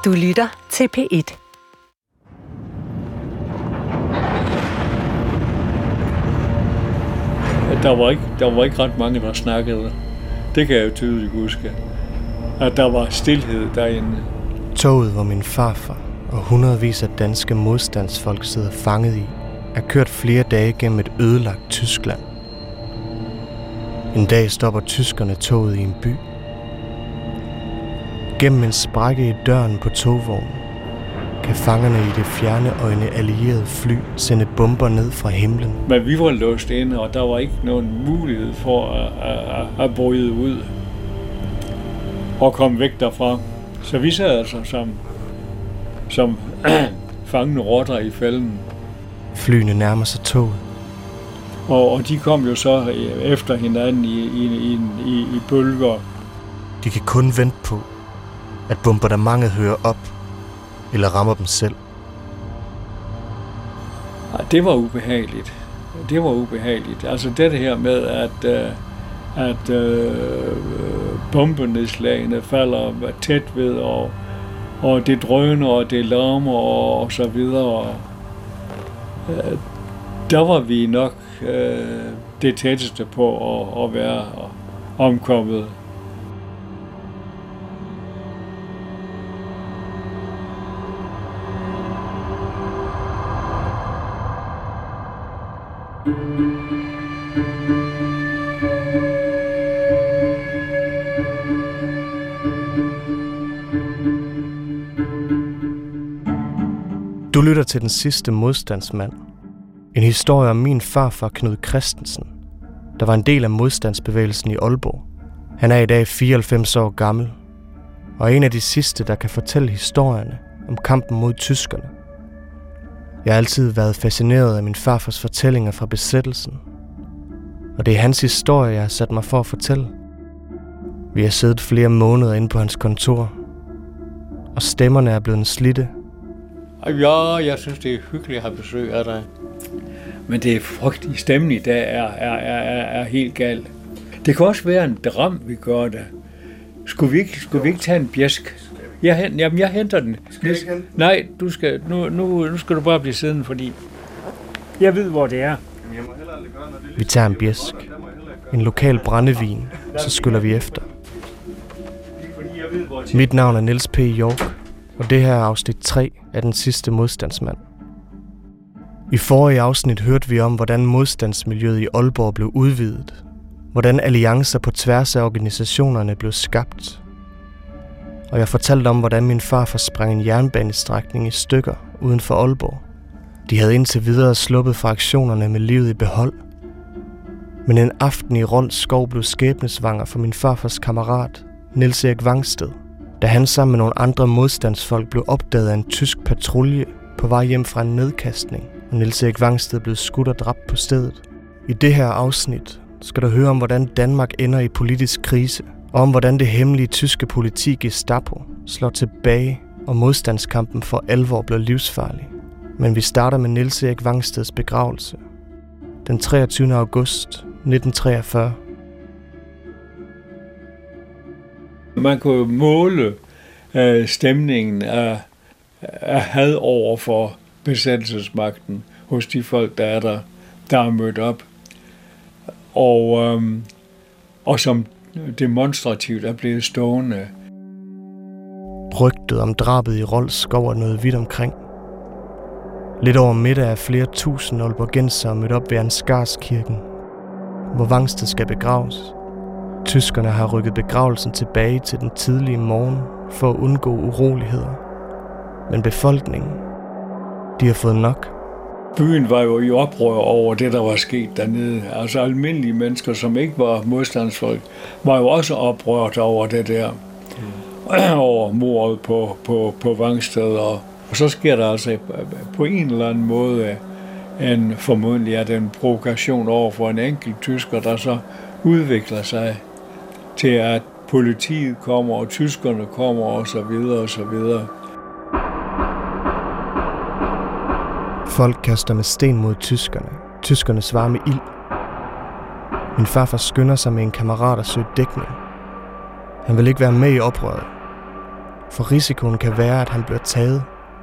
Du lytter til P1. Der var ikke ret mange, der snakkede. Det kan jeg jo tydeligt huske. At der var stilhed derinde. Toget, hvor min farfar og hundredvis af danske modstandsfolk sidder fanget i, er kørt flere dage gennem et ødelagt Tyskland. En dag stopper tyskerne toget i en by. Gennem en sprække i døren på togvognen kan fangerne i det fjerne øjne allierede fly sende bomber ned fra himlen. Men vi var låst inde, og der var ikke nogen mulighed for at bryde ud og komme væk derfra. Så vi sad altså som fangende rotter i fælden. Flyene nærmer sig toget. Og de kom jo så efter hinanden i bølger. De kan kun vente på, at bombardementet hører op eller rammer dem selv. Det var ubehageligt. Det var ubehageligt. Altså det her med, at bombenedslagene falder tæt ved, og det drøner, og det larmer, og så videre. Der var vi nok det tætteste på at være omkommet. Du lytter til Den sidste modstandsmand. En historie om min farfar Knud Christensen, der var en del af modstandsbevægelsen i Aalborg. Han er i dag 94 år gammel, og en af de sidste, der kan fortælle historierne om kampen mod tyskerne. Jeg har altid været fascineret af min farfars fortællinger fra besættelsen, og det er hans historie, jeg har sat mig for at fortælle. Vi har siddet flere måneder inde på hans kontor, og stemmerne er blevet slidte. Ja, jeg synes, det er hyggeligt at have besøg af dig. Men det er frygtelig stemmen i dag er helt gal. Det kan også være en dram, vi gør det. Skulle vi ikke tage en bjæsk? Jeg henter den. Nej, nu skal du bare blive siddende, fordi jeg ved, hvor det er. Vi tager en bjæsk. En lokal brændevin, så skyller vi efter. Mit navn er Niels P. York, og det her er afsnit 3 af Den sidste modstandsmand. I forrige afsnit hørte vi om, hvordan modstandsmiljøet i Aalborg blev udvidet, hvordan alliancer på tværs af organisationerne blev skabt, og jeg fortalte om, hvordan min farfar sprang en jernbanestrækning i stykker uden for Aalborg. De havde indtil videre sluppet fra aktionerne med livet i behold, men en aften i Rold skov blev skæbnesvanger for min farfars kammerat, Niels Erik Vangsted, da han sammen med nogle andre modstandsfolk blev opdaget af en tysk patrulje på vej hjem fra en nedkastning, og Niels Erik Vangsted blev skudt og dræbt på stedet. I det her afsnit skal du høre om, hvordan Danmark ender i politisk krise, og om hvordan det hemmelige tyske politi Gestapo slår tilbage, og modstandskampen for alvor bliver livsfarlig. Men vi starter med Niels Erik Vangsteds begravelse. Den 23. august 1943. Man kunne jo måle stemningen af had over for besættelsesmagten hos de folk, der er mødt op. Og som demonstrativt er blevet stående. Rygtet om drabet i Rold skov er noget vidt omkring. Lidt over middag er flere tusind aalborgensere mødt op ved Ansgarskirken, hvor Vangsted skal begraves. Tyskerne har rykket begravelsen tilbage til den tidlige morgen for at undgå uroligheder. Men befolkningen, de har fået nok. Byen var jo i oprør over det, der var sket dernede. Altså almindelige mennesker, som ikke var modstandsfolk, var jo også oprørt over det der. Over mordet på Vangsted. Og så sker der altså på en eller anden måde formodentlig er det en provokation over for en enkelt tysker, der så udvikler sig til, at politiet kommer, og tyskerne kommer, og så videre, og så videre. Folk kaster med sten mod tyskerne. Tyskerne svarer med ild. Min farfar skynder sig med en kammerat at søge dækning. Han vil ikke være med i oprøret. For risikoen kan være, at han bliver taget.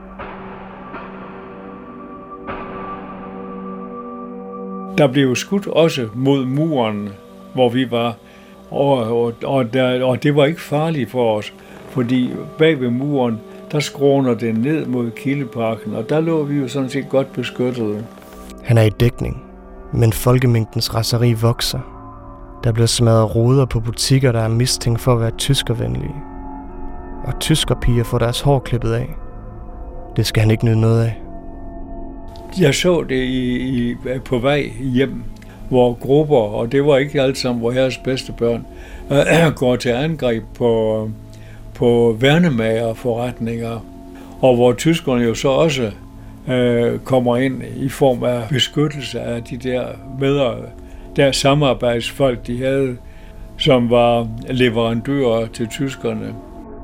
Der blev jo skudt også mod muren, hvor vi var, og det var ikke farligt for os, fordi bag ved muren, der skråner det ned mod Kildeparken, og der lå vi jo sådan set godt beskyttet. Han er i dækning, men folkemængdens raseri vokser. Der bliver smadret ruder på butikker, der er mistænkt for at være tyskervenlige. Og tyskerpiger får deres hår klippet af. Det skal han ikke nyde noget af. Jeg så det på vej hjem, hvor grupper, og det var ikke alt sammen vor herres bedste børn, går til angreb på værnemagerforretninger, og hvor tyskerne jo så også kommer ind i form af beskyttelse af de der samarbejdsfolk, de havde, som var leverandører til tyskerne.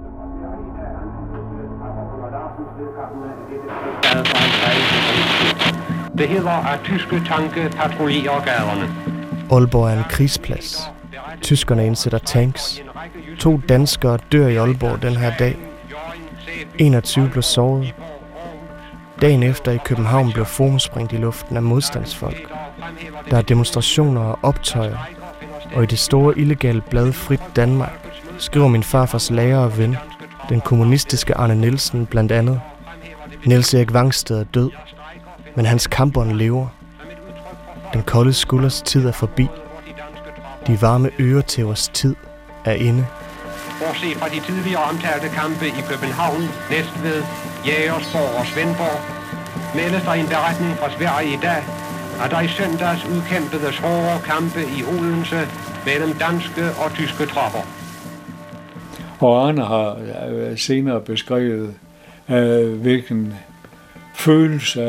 Det hedder, at tyske tanke patruljerer gaderne. Aalborg er en krigsplads. Tyskerne indsætter tanks. 2 danskere dør i Aalborg den her dag. 21 blev såret. Dagen efter i København blev Forum sprængt i luften af modstandsfolk. Der er demonstrationer og optøjer. Og i det store illegale blad Frit Danmark skriver min farfars lærer og ven, den kommunistiske Arne Nielsen blandt andet. Niels Erik Vangsted er død, men hans kampånd lever. Den kolde skulders tid er forbi. De varme øretævers tid er inde. Bortset fra de tidligere omtalte kampe i København, Næstved, Jægersborg og Svendborg, meldes der en beretning fra Sverige i dag, at der i søndags udkæmpedes hårde kampe i Odense mellem danske og tyske tropper. Og Arne har senere beskrevet, hvilken følelse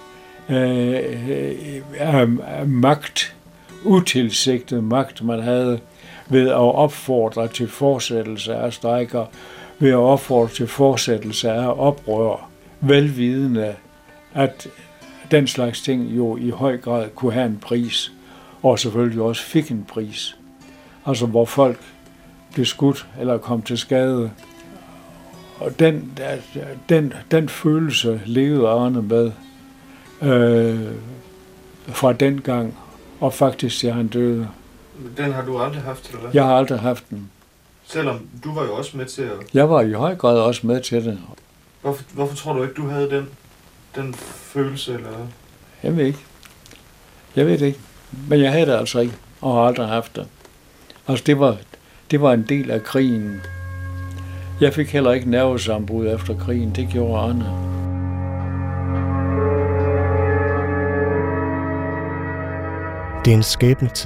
af magt, utilsigtet magt, man havde ved at opfordre til fortsættelse af strejker, ved at opfordre til fortsættelse af oprør, velvidende, at den slags ting jo i høj grad kunne have en pris, og selvfølgelig også fik en pris. Altså hvor folk blev skudt eller kom til skade. Og den følelse levede Arne med fra den gang, og faktisk til han døde. Den har du aldrig haft, eller hvad? Jeg har aldrig haft den. Selvom du var jo også med til at... Jeg var i høj grad også med til det. Hvorfor tror du ikke, du havde den følelse, eller hvad? Jeg ved ikke. Jeg ved det ikke. Men jeg havde det altså ikke, og har aldrig haft det. Altså det var en del af krigen. Jeg fik heller ikke nervesambrud efter krigen. Det gjorde Arne. Det er en skæbnetid.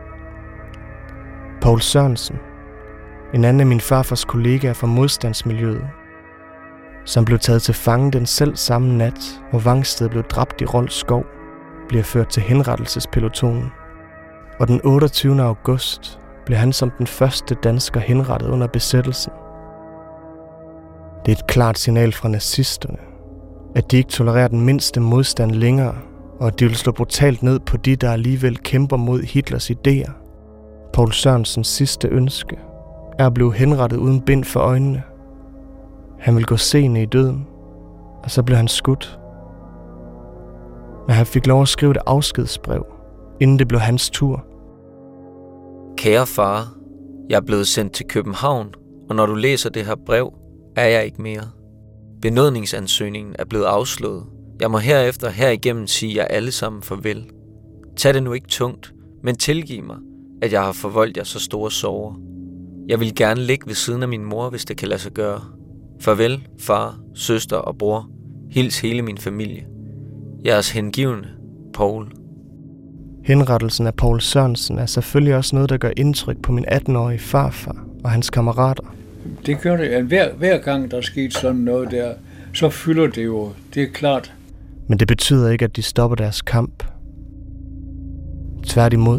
Poul Sørensen, en anden af min farfars kollegaer fra modstandsmiljøet, som blev taget til fange den selv samme nat, hvor Vangsted blev dræbt i Rold Skov, bliver ført til henrettelsespelotonen. Og den 28. august blev han som den første dansker henrettet under besættelsen. Det er et klart signal fra nazisterne, at de ikke tolererer den mindste modstand længere, og at de vil slå brutalt ned på de, der alligevel kæmper mod Hitlers idéer. Poul Sørensens sidste ønske er at blive henrettet uden bind for øjnene. Han vil gå seende i døden, og så blev han skudt. Men han fik lov at skrive et afskedsbrev, inden det blev hans tur. Kære far, jeg er blevet sendt til København, og når du læser det her brev, er jeg ikke mere. Benådningsansøgningen er blevet afslået. Jeg må herigennem sige jer alle sammen farvel. Tag det nu ikke tungt, men tilgiv mig, at jeg har forvoldt jer så store sorger. Jeg vil gerne ligge ved siden af min mor, hvis det kan lade sig gøre. Farvel, far, søster og bror. Hils hele min familie. Jeres hengivne, Poul. Henrettelsen af Poul Sørensen er selvfølgelig også noget, der gør indtryk på min 18-årige farfar og hans kammerater. Det gør det. Hver gang der skete sådan noget der, så fylder det jo. Det er klart. Men det betyder ikke, at de stopper deres kamp. Tværtimod.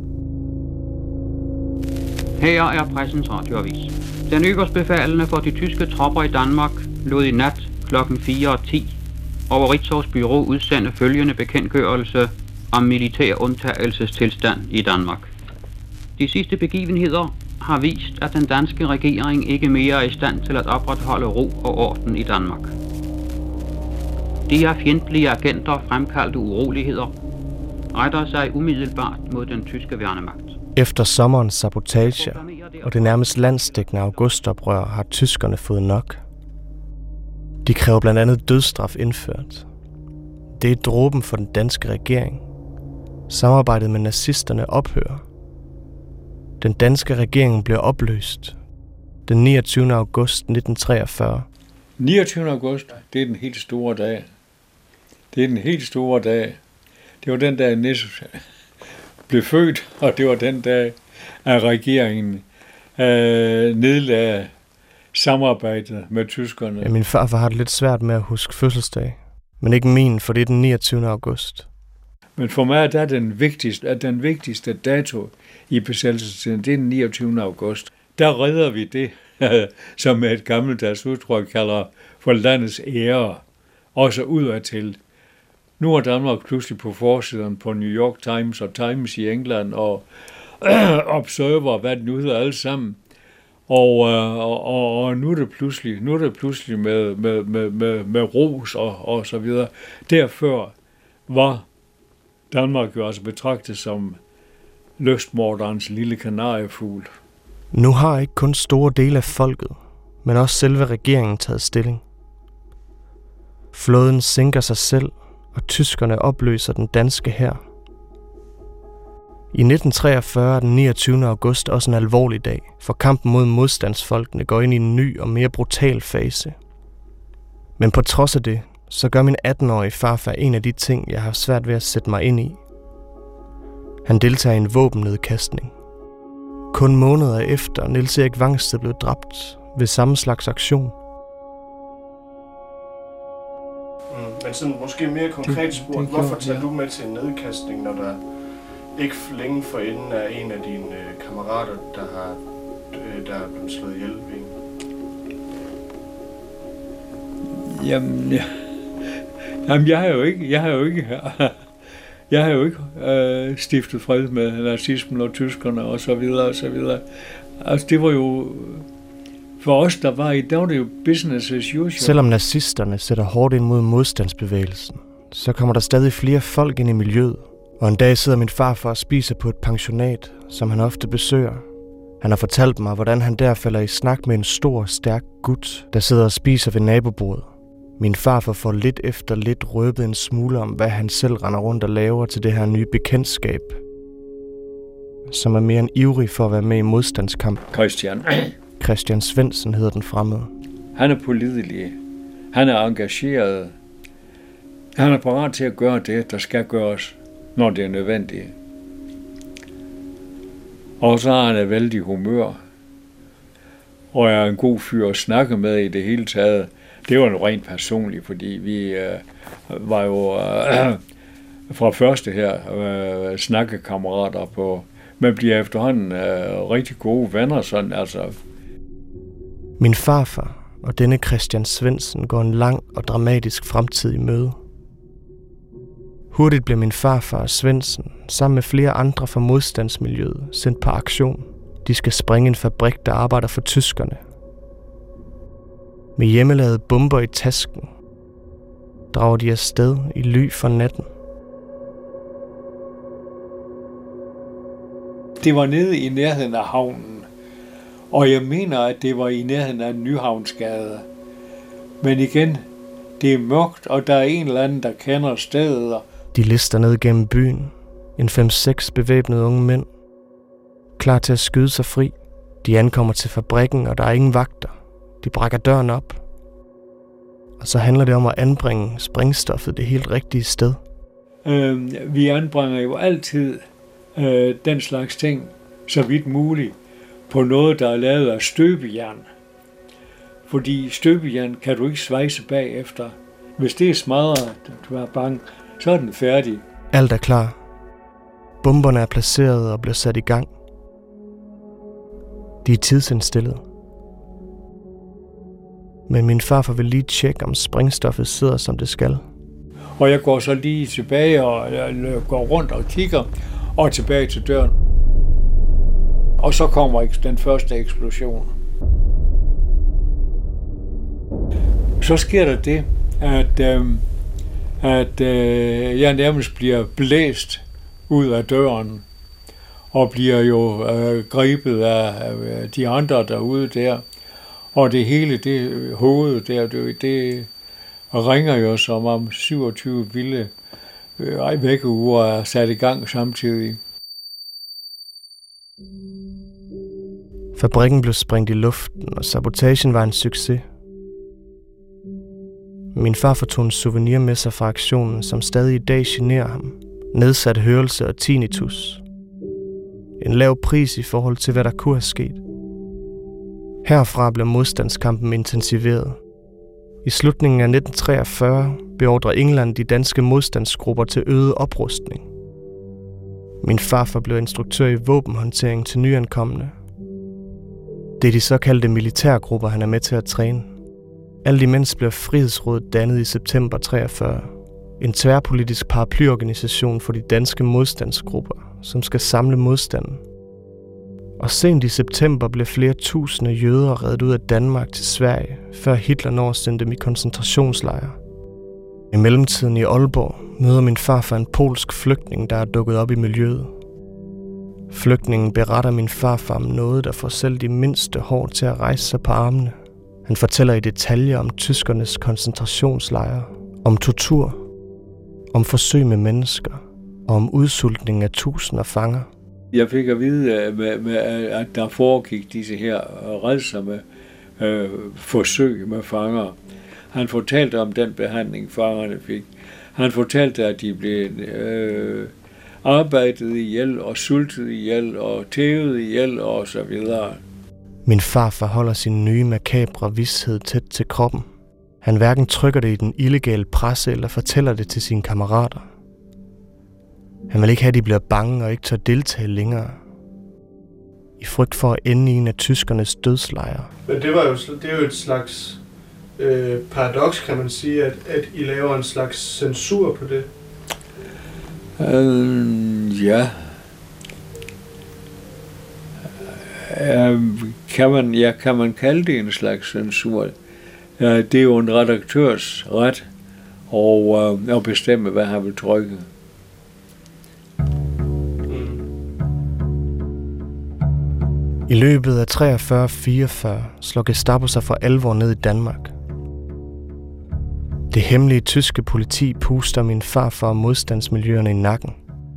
Her er Pressens Radioavis. Den øverstbefalende for de tyske tropper i Danmark lod i nat kl. 4:10 over Ritzau's bureau udsende følgende bekendtgørelse om militær undtagelsestilstand i Danmark. De sidste begivenheder har vist, at den danske regering ikke mere er i stand til at opretholde ro og orden i Danmark. De af fjendtlige agenter fremkaldte uroligheder retter sig umiddelbart mod den tyske værnemagt. Efter sommerens sabotager og det nærmest landsdækkende augustoprør har tyskerne fået nok. De kræver blandt andet dødsstraf indført. Det er dråben for den danske regering. Samarbejdet med nazisterne ophører. Den danske regering bliver opløst den 29. august 1943. 29. august, det er den helt store dag. Det er den helt store dag. Det var den dag, Nisse blev født, og det var den dag, at regeringen nedlagde samarbejdet med tyskerne. Ja, min farfar har det lidt svært med at huske fødselsdag, men ikke min, for det er den 29. august. Men for mig er den vigtigste dato i besættelsestiden, det er den 29. august. Der redder vi det, som et gammeldags udtryk kalder for landets ære, også udadtil. Nu er Danmark pludselig på forsiden på New York Times og Times i England og Observer, hvad det nu hedder alle sammen. Og nu er det pludselig med ros og så videre. Derfor var Danmark jo altså betragtet som lystmorderens lille kanariefugl. Nu har ikke kun store dele af folket, men også selve regeringen taget stilling. Flåden sænker sig selv, og tyskerne opløser den danske hær. I 1943 er den 29. august også en alvorlig dag, for kampen mod modstandsfolkene går ind i en ny og mere brutal fase. Men på trods af det, så gør min 18-årige farfar en af de ting, jeg har svært ved at sætte mig ind i. Han deltager i en våbennedkastning. Kun måneder efter Niels Erik Vangsted blev dræbt ved samme slags aktion. Men sådan måske mere konkret spurgt, hvorfor tager du med til en nedkastning, når der ikke længe forinden er en af dine kammerater, der er blevet slået ihjel ved en? Jamen, jeg har jo ikke stiftet fred med nazismen og tyskerne og så videre og så videre. Altså, det var jo for os, der var det jo business as usual. Selvom nazisterne sætter hårdt ind mod modstandsbevægelsen, så kommer der stadig flere folk ind i miljøet. Og en dag sidder min farfar og spiser på et pensionat, som han ofte besøger. Han har fortalt mig, hvordan han der falder i snak med en stor, stærk gut, der sidder og spiser ved nabobordet. Min farfar får lidt efter lidt røbet en smule om, hvad han selv render rundt og laver til det her nye bekendtskab, som er mere end ivrig for at være med i modstandskamp. Christian Svendsen hedder den fremmede. Han er pålidelig. Han er engageret. Han er parat til at gøre det, der skal gøres, når det er nødvendigt. Og så har han et vældig humør. Og er en god fyr at snakke med i det hele taget. Det var jo rent personligt, fordi vi var jo fra første her snakkekammerater på, men bliver efterhånden rigtig gode venner, sådan altså. Min farfar og denne Christian Svendsen går en lang og dramatisk fremtid i møde. Hurtigt blev min farfar Svendsen sammen med flere andre fra modstandsmiljøet sendt på aktion. De skal sprænge en fabrik, der arbejder for tyskerne. Med hjemmelavede bomber i tasken drager de afsted i ly for natten. Det var nede i nærheden af havnen, og jeg mener, at det var i nærheden af Nyhavnsgade. Men igen, det er mørkt, og der er en eller anden, der kender stedet. De lister ned gennem byen. En 5-6 bevæbnede unge mænd. Klar til at skyde sig fri. De ankommer til fabrikken, og der er ingen vagter. De brækker døren op. Og så handler det om at anbringe sprængstoffet det helt rigtige sted. Vi anbringer jo altid den slags ting, så vidt muligt, på noget, der er lavet af støbejern. Fordi støbejern kan du ikke svejse bagefter. Hvis det er smadret, du er bange, så er den færdig. Alt er klar. Bomberne er placeret og bliver sat i gang. De er tidsindstillet. Men min farfar vil lige tjekke, om sprængstoffet sidder, som det skal. Og jeg går så lige tilbage og går rundt og kigger, og tilbage til døren. Og så kommer den første eksplosion. Så sker der det, at jeg nærmest bliver blæst ud af døren, og bliver jo grebet af de andre derude der. Og det hele, det hoved der, det ringer jo som om 27 vilde vækkeuger er sat i gang samtidig. Fabrikken blev sprængt i luften, og sabotagen var en succes. Min farfar tog en souvenir med sig fra aktionen, som stadig i dag generer ham. Nedsat hørelse og tinnitus. En lav pris i forhold til, hvad der kunne have sket. Herfra blev modstandskampen intensiveret. I slutningen af 1943 beordrede England de danske modstandsgrupper til øget oprustning. Min farfar blev instruktør i våbenhåndtering til nyankomne. Det er de såkaldte militærgrupper, han er med til at træne. Alt imens blev Frihedsrådet dannet i september 43. En tværpolitisk paraplyorganisation for de danske modstandsgrupper, som skal samle modstanden. Og sent i september blev flere tusinde jøder reddet ud af Danmark til Sverige, før Hitler når at sende dem i koncentrationslejre. I mellemtiden i Aalborg møder min farfar en polsk flygtning, der er dukket op i miljøet. Flygtningen beretter min farfar om noget, der får selv de mindste hår til at rejse sig på armene. Han fortæller i detaljer om tyskernes koncentrationslejre, om tortur, om forsøg med mennesker og om udsultning af tusinder fanger. Jeg fik at vide, at der foregik disse her rædsomme forsøg med fanger. Han fortalte om den behandling, fangerne fik. Han fortalte, at de blev arbejdet ihjel og sultet ihjel og tævet ihjel og så videre. Min farfar holder sin nye makabre vished tæt til kroppen. Han hverken trykker det i den illegale presse eller fortæller det til sine kammerater. Han vil ikke have, at de bliver bange og ikke tør deltage længere. I frygt for at ende i en af tyskernes dødslejre. Men det er jo et slags paradoks, kan man sige, at I laver en slags censur på det. Ja. Kan man kalde det en slags censur? Det er jo en redaktørs ret at bestemme, hvad han vil trykke. I løbet af 43-44 slår Gestapo sig for alvor ned i Danmark. Det hemmelige tyske politi puster min farfar og modstandsmiljøerne i nakken.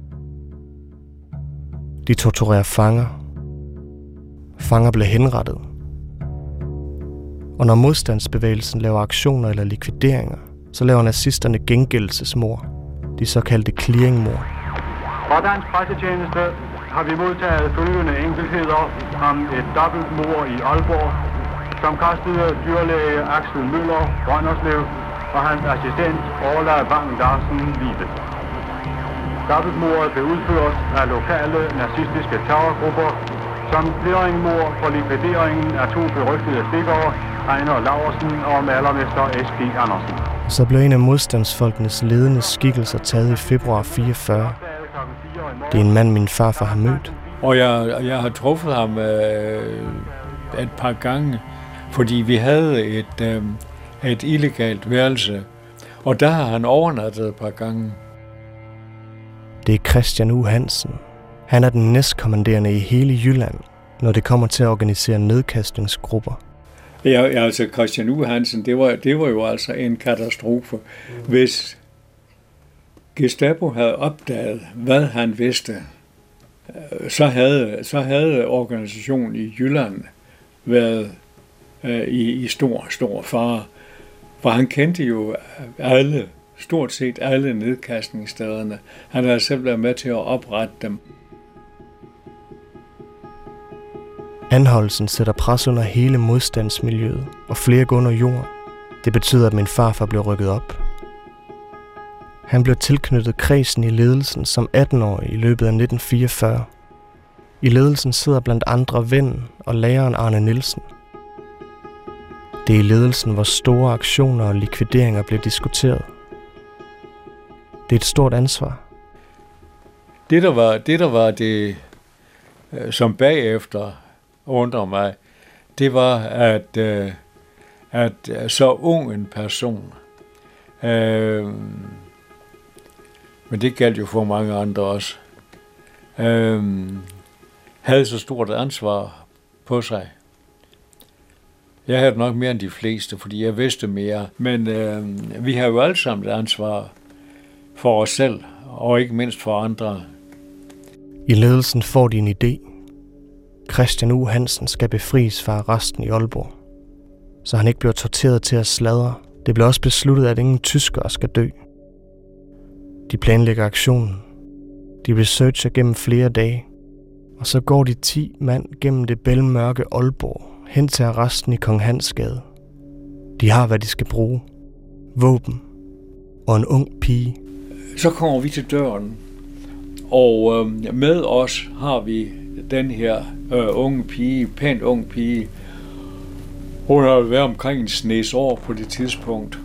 De torturerer fanger. Fanger blev henrettet. Og når modstandsbevægelsen laver aktioner eller likvideringer, så laver nazisterne gengældelsesmord, de såkaldte clearingmord. Fra Dansk Pressetjeneste har vi modtaget følgende enkeltheder om et dobbeltmord i Aalborg, som kostede dyrlæge Axel Møller Brønderslev og hans assistent Orla Bang Larsen livet. Dobbeltmordet blev udført af lokale nazistiske terrorgrupper som clearingmord for likvideringen af to berygtede stikkere, Ejner Laursen og malermester S.P. Andersen. Så blev en af modstandsfolkenes ledende skikkelser taget i februar 44. Det er en mand, min farfar har mødt. Og jeg har truffet ham et par gange, fordi vi havde et illegalt værelse, og der har han overnattet et par gange. Det er Christian U. Hansen. Han er den næstkommanderende i hele Jylland, når det kommer til at organisere nedkastningsgrupper. Ja, altså Christian U. Hansen, det var jo altså en katastrofe. Hvis Gestapo havde opdaget, hvad han vidste, så havde organisationen i Jylland været i stor fare. For han kendte jo stort set alle nedkastningsstederne. Han havde selv været med til at oprette dem. Anholdelsen sætter pres under hele modstandsmiljøet, og flere går under jord. Det betyder, at min farfar blev rykket op. Han blev tilknyttet kredsen i ledelsen som 18-årig i løbet af 1944. I ledelsen sidder blandt andre vennen og læreren Arne Nielsen. Det er i ledelsen, hvor store aktioner og likvideringer bliver diskuteret. Det er et stort ansvar. Det der var som bagefter undrer mig, det var, at så ung en person, men det galt jo for mange andre også, havde så stort ansvar på sig. Jeg havde nok mere end de fleste, fordi jeg vidste mere, men vi har jo alle sammen et ansvar for os selv, og ikke mindst for andre. I ledelsen får de en idé. Christian U. Hansen skal befries fra arresten i Aalborg, så han ikke bliver torteret til at sladre. Det bliver også besluttet, at ingen tyskere skal dø. De planlægger aktionen. De researcher gennem flere dage, og så går de 10 mand gennem det bælmørke Aalborg hen til arresten i Kong Hans Gade. De har, hvad de skal bruge. Våben og en ung pige. Så kommer vi til døren, og med os har vi den her unge pige, pænt ung pige. Hun har været omkring en snes år på det tidspunkt.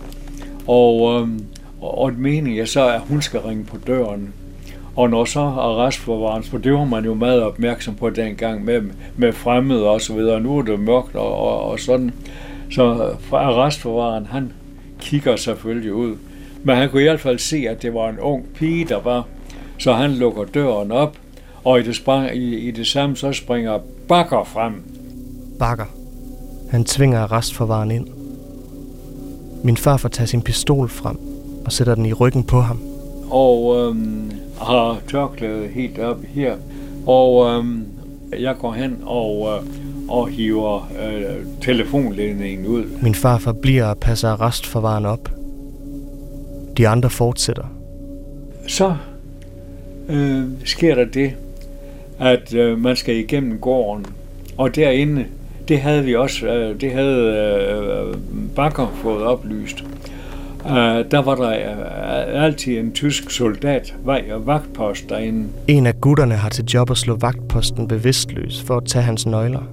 Og meningen er så, at hun skal ringe på døren. Og når så arrestforvarens, for det var man jo meget opmærksom på dengang med fremmede og så videre. Nu er det mørkt og sådan. Så arrestforvaren, han kigger selvfølgelig ud. Men han kunne i hvert fald se, at det var en ung pige, der var. Så han lukker døren op, og i det samme så springer Bakker frem. Bakker. Han tvinger arrestforvaren ind. Min far får taget sin pistol frem og sætter den i ryggen på ham. Og har tørklædet helt op her. Og jeg går hen og hiver telefonledningen ud. Min far forbliver og passer arrestforvaren op. De andre fortsætter. Så sker der det, at man skal igennem gården. Og derinde, det havde vi også, det havde Bakker fået oplyst. Der var der altid en tysk soldat, vagtpost derinde. En af gutterne har til job at slå vagtposten bevidstløs for at tage hans nøgler.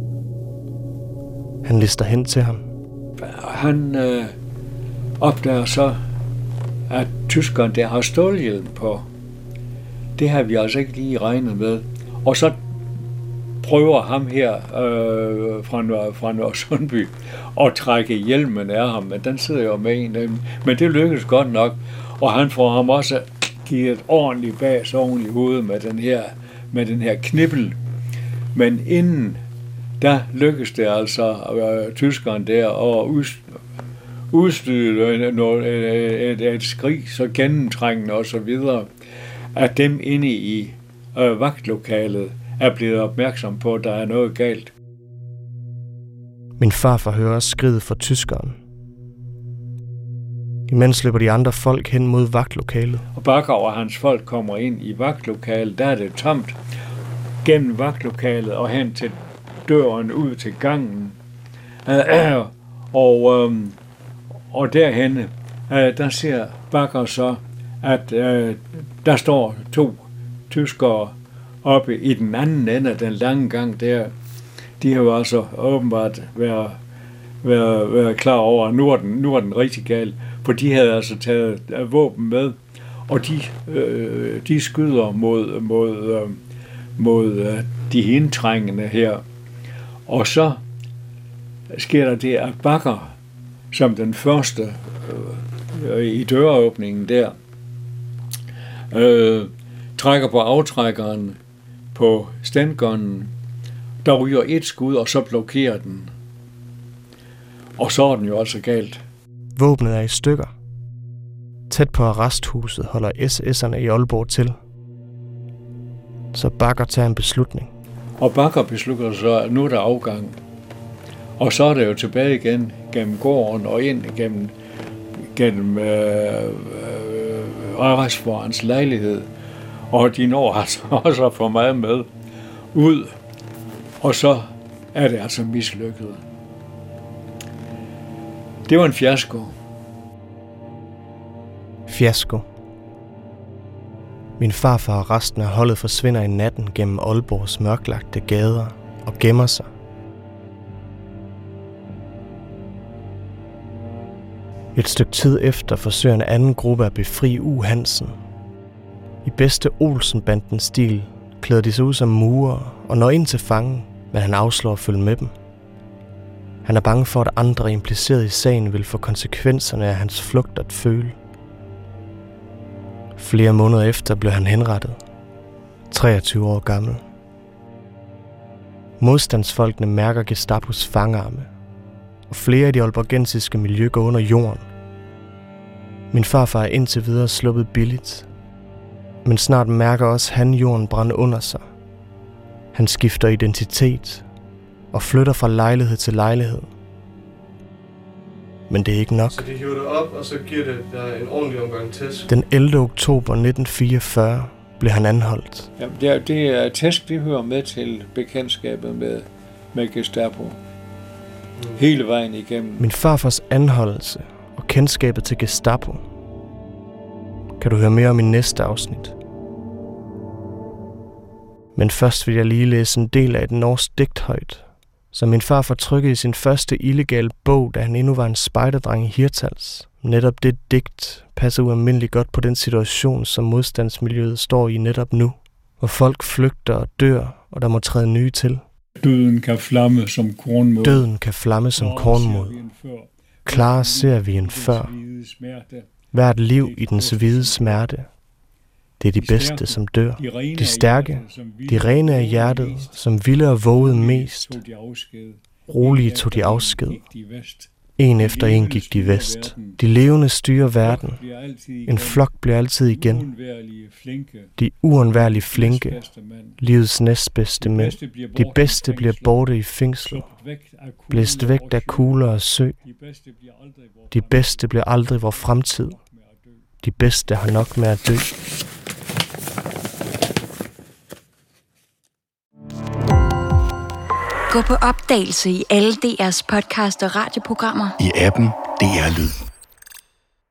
Han lister hen til ham. Han opdager så, at tyskeren der har stålhjelm på. Det har vi altså ikke lige regnet med. Og så prøver ham her fra Nørresundby at trække hjelmen af ham, men den sidder jo med en af dem. Men det lykkes godt nok, og han får ham også givet et ordentligt bas oven i hovedet med den her knibbel. Men inden, der lykkes det altså tyskeren der at udstyde et skrig, så gennemtrængende og så videre, at dem inde i vagtlokalet er blevet opmærksom på, at der er noget galt. Min far får høre skridet fra tyskeren. Imens løber de andre folk hen mod vagtlokalet. Og Bakker og hans folk kommer ind i vagtlokalet. Der er det tomt. Gennem vagtlokalet og hen til døren ud til gangen. Og derhenne, der ser Bakker så, at der står 2 tyskere oppe i den anden ende af den lange gang der. De har jo altså åbenbart været klar over, at nu er den rigtig gal, for de havde altså taget våben med, og de skyder mod de indtrængende her. Og så sker der det, at Bakker, som den første i døråbningen der, trækker på aftrækkeren på standgunnen. Der ryger et skud, og så blokerer den. Og så er den jo altså galt. Våbnet er i stykker. Tæt på arresthuset holder SS'erne i Aalborg til. Så Bakker tager en beslutning. Og Bakker beslutter så, at nu er der afgang. Og så er det jo tilbage igen gennem gården og ind gennem arrestforvarens lejlighed. Og de når altså også at få meget med ud. Og så er det altså mislykket. Det var en fiasko. Fiasko. Min farfar og resten af holdet forsvinder i natten gennem Aalborgs mørklagte gader og gemmer sig. Et stykke tid efter forsøger en anden gruppe at befri U. Hansen. I bedste Olsen-bandens stil klæder de sig ud som murer og når ind til fangen, men han afslår at følge med dem. Han er bange for, at andre impliceret i sagen vil få konsekvenserne af hans flugt at føle. Flere måneder efter blev han henrettet. 23 år gammel. Modstandsfolkene mærker Gestapos fangarme, og flere af de aalborgensiske miljø går under jorden. Min farfar er indtil videre sluppet billigt, men snart mærker også han jorden brænde under sig. Han skifter identitet og flytter fra lejlighed til lejlighed. Men det er ikke nok. Så de hiver det op, og så giver det der en ordentlig omgang tæsk. Den 11. oktober 1944 blev han anholdt. Jamen, det er tæsk, det hører med til bekendtskabet med Gestapo. Hele vejen igennem. Min farfars anholdelse og kendskabet til Gestapo kan du høre mere om i næste afsnit. Men først vil jeg lige læse en del af et norsk digt højt, som min farfar trykkede i sin første illegale bog, da han endnu var en spejderdreng i Hirtshals. Netop det digt passer ualmindeligt godt på den situation, som modstandsmiljøet står i netop nu, hvor folk flygter og dør, og der må træde nye til. Døden kan flamme som kornmod. Døden kan flamme som kornmod. Klar ser vi en før. Hvert liv i dens hvide smerte. Det er de bedste, som dør. De stærke, de rene af hjertet, som ville og vågede mest. Rolige tog de afsked. En efter en gik de vest. De levende styrer verden. En flok bliver altid igen. De uundværlige flinke. Livets næstbedste mænd. De bedste bliver borte i fængsel. Blæst væk af kugler og sø. De bedste bliver aldrig vor fremtid. De bedste har nok med at dø. Gå på opdagelse i alle DR's podcast og radioprogrammer. I appen DR Lyd.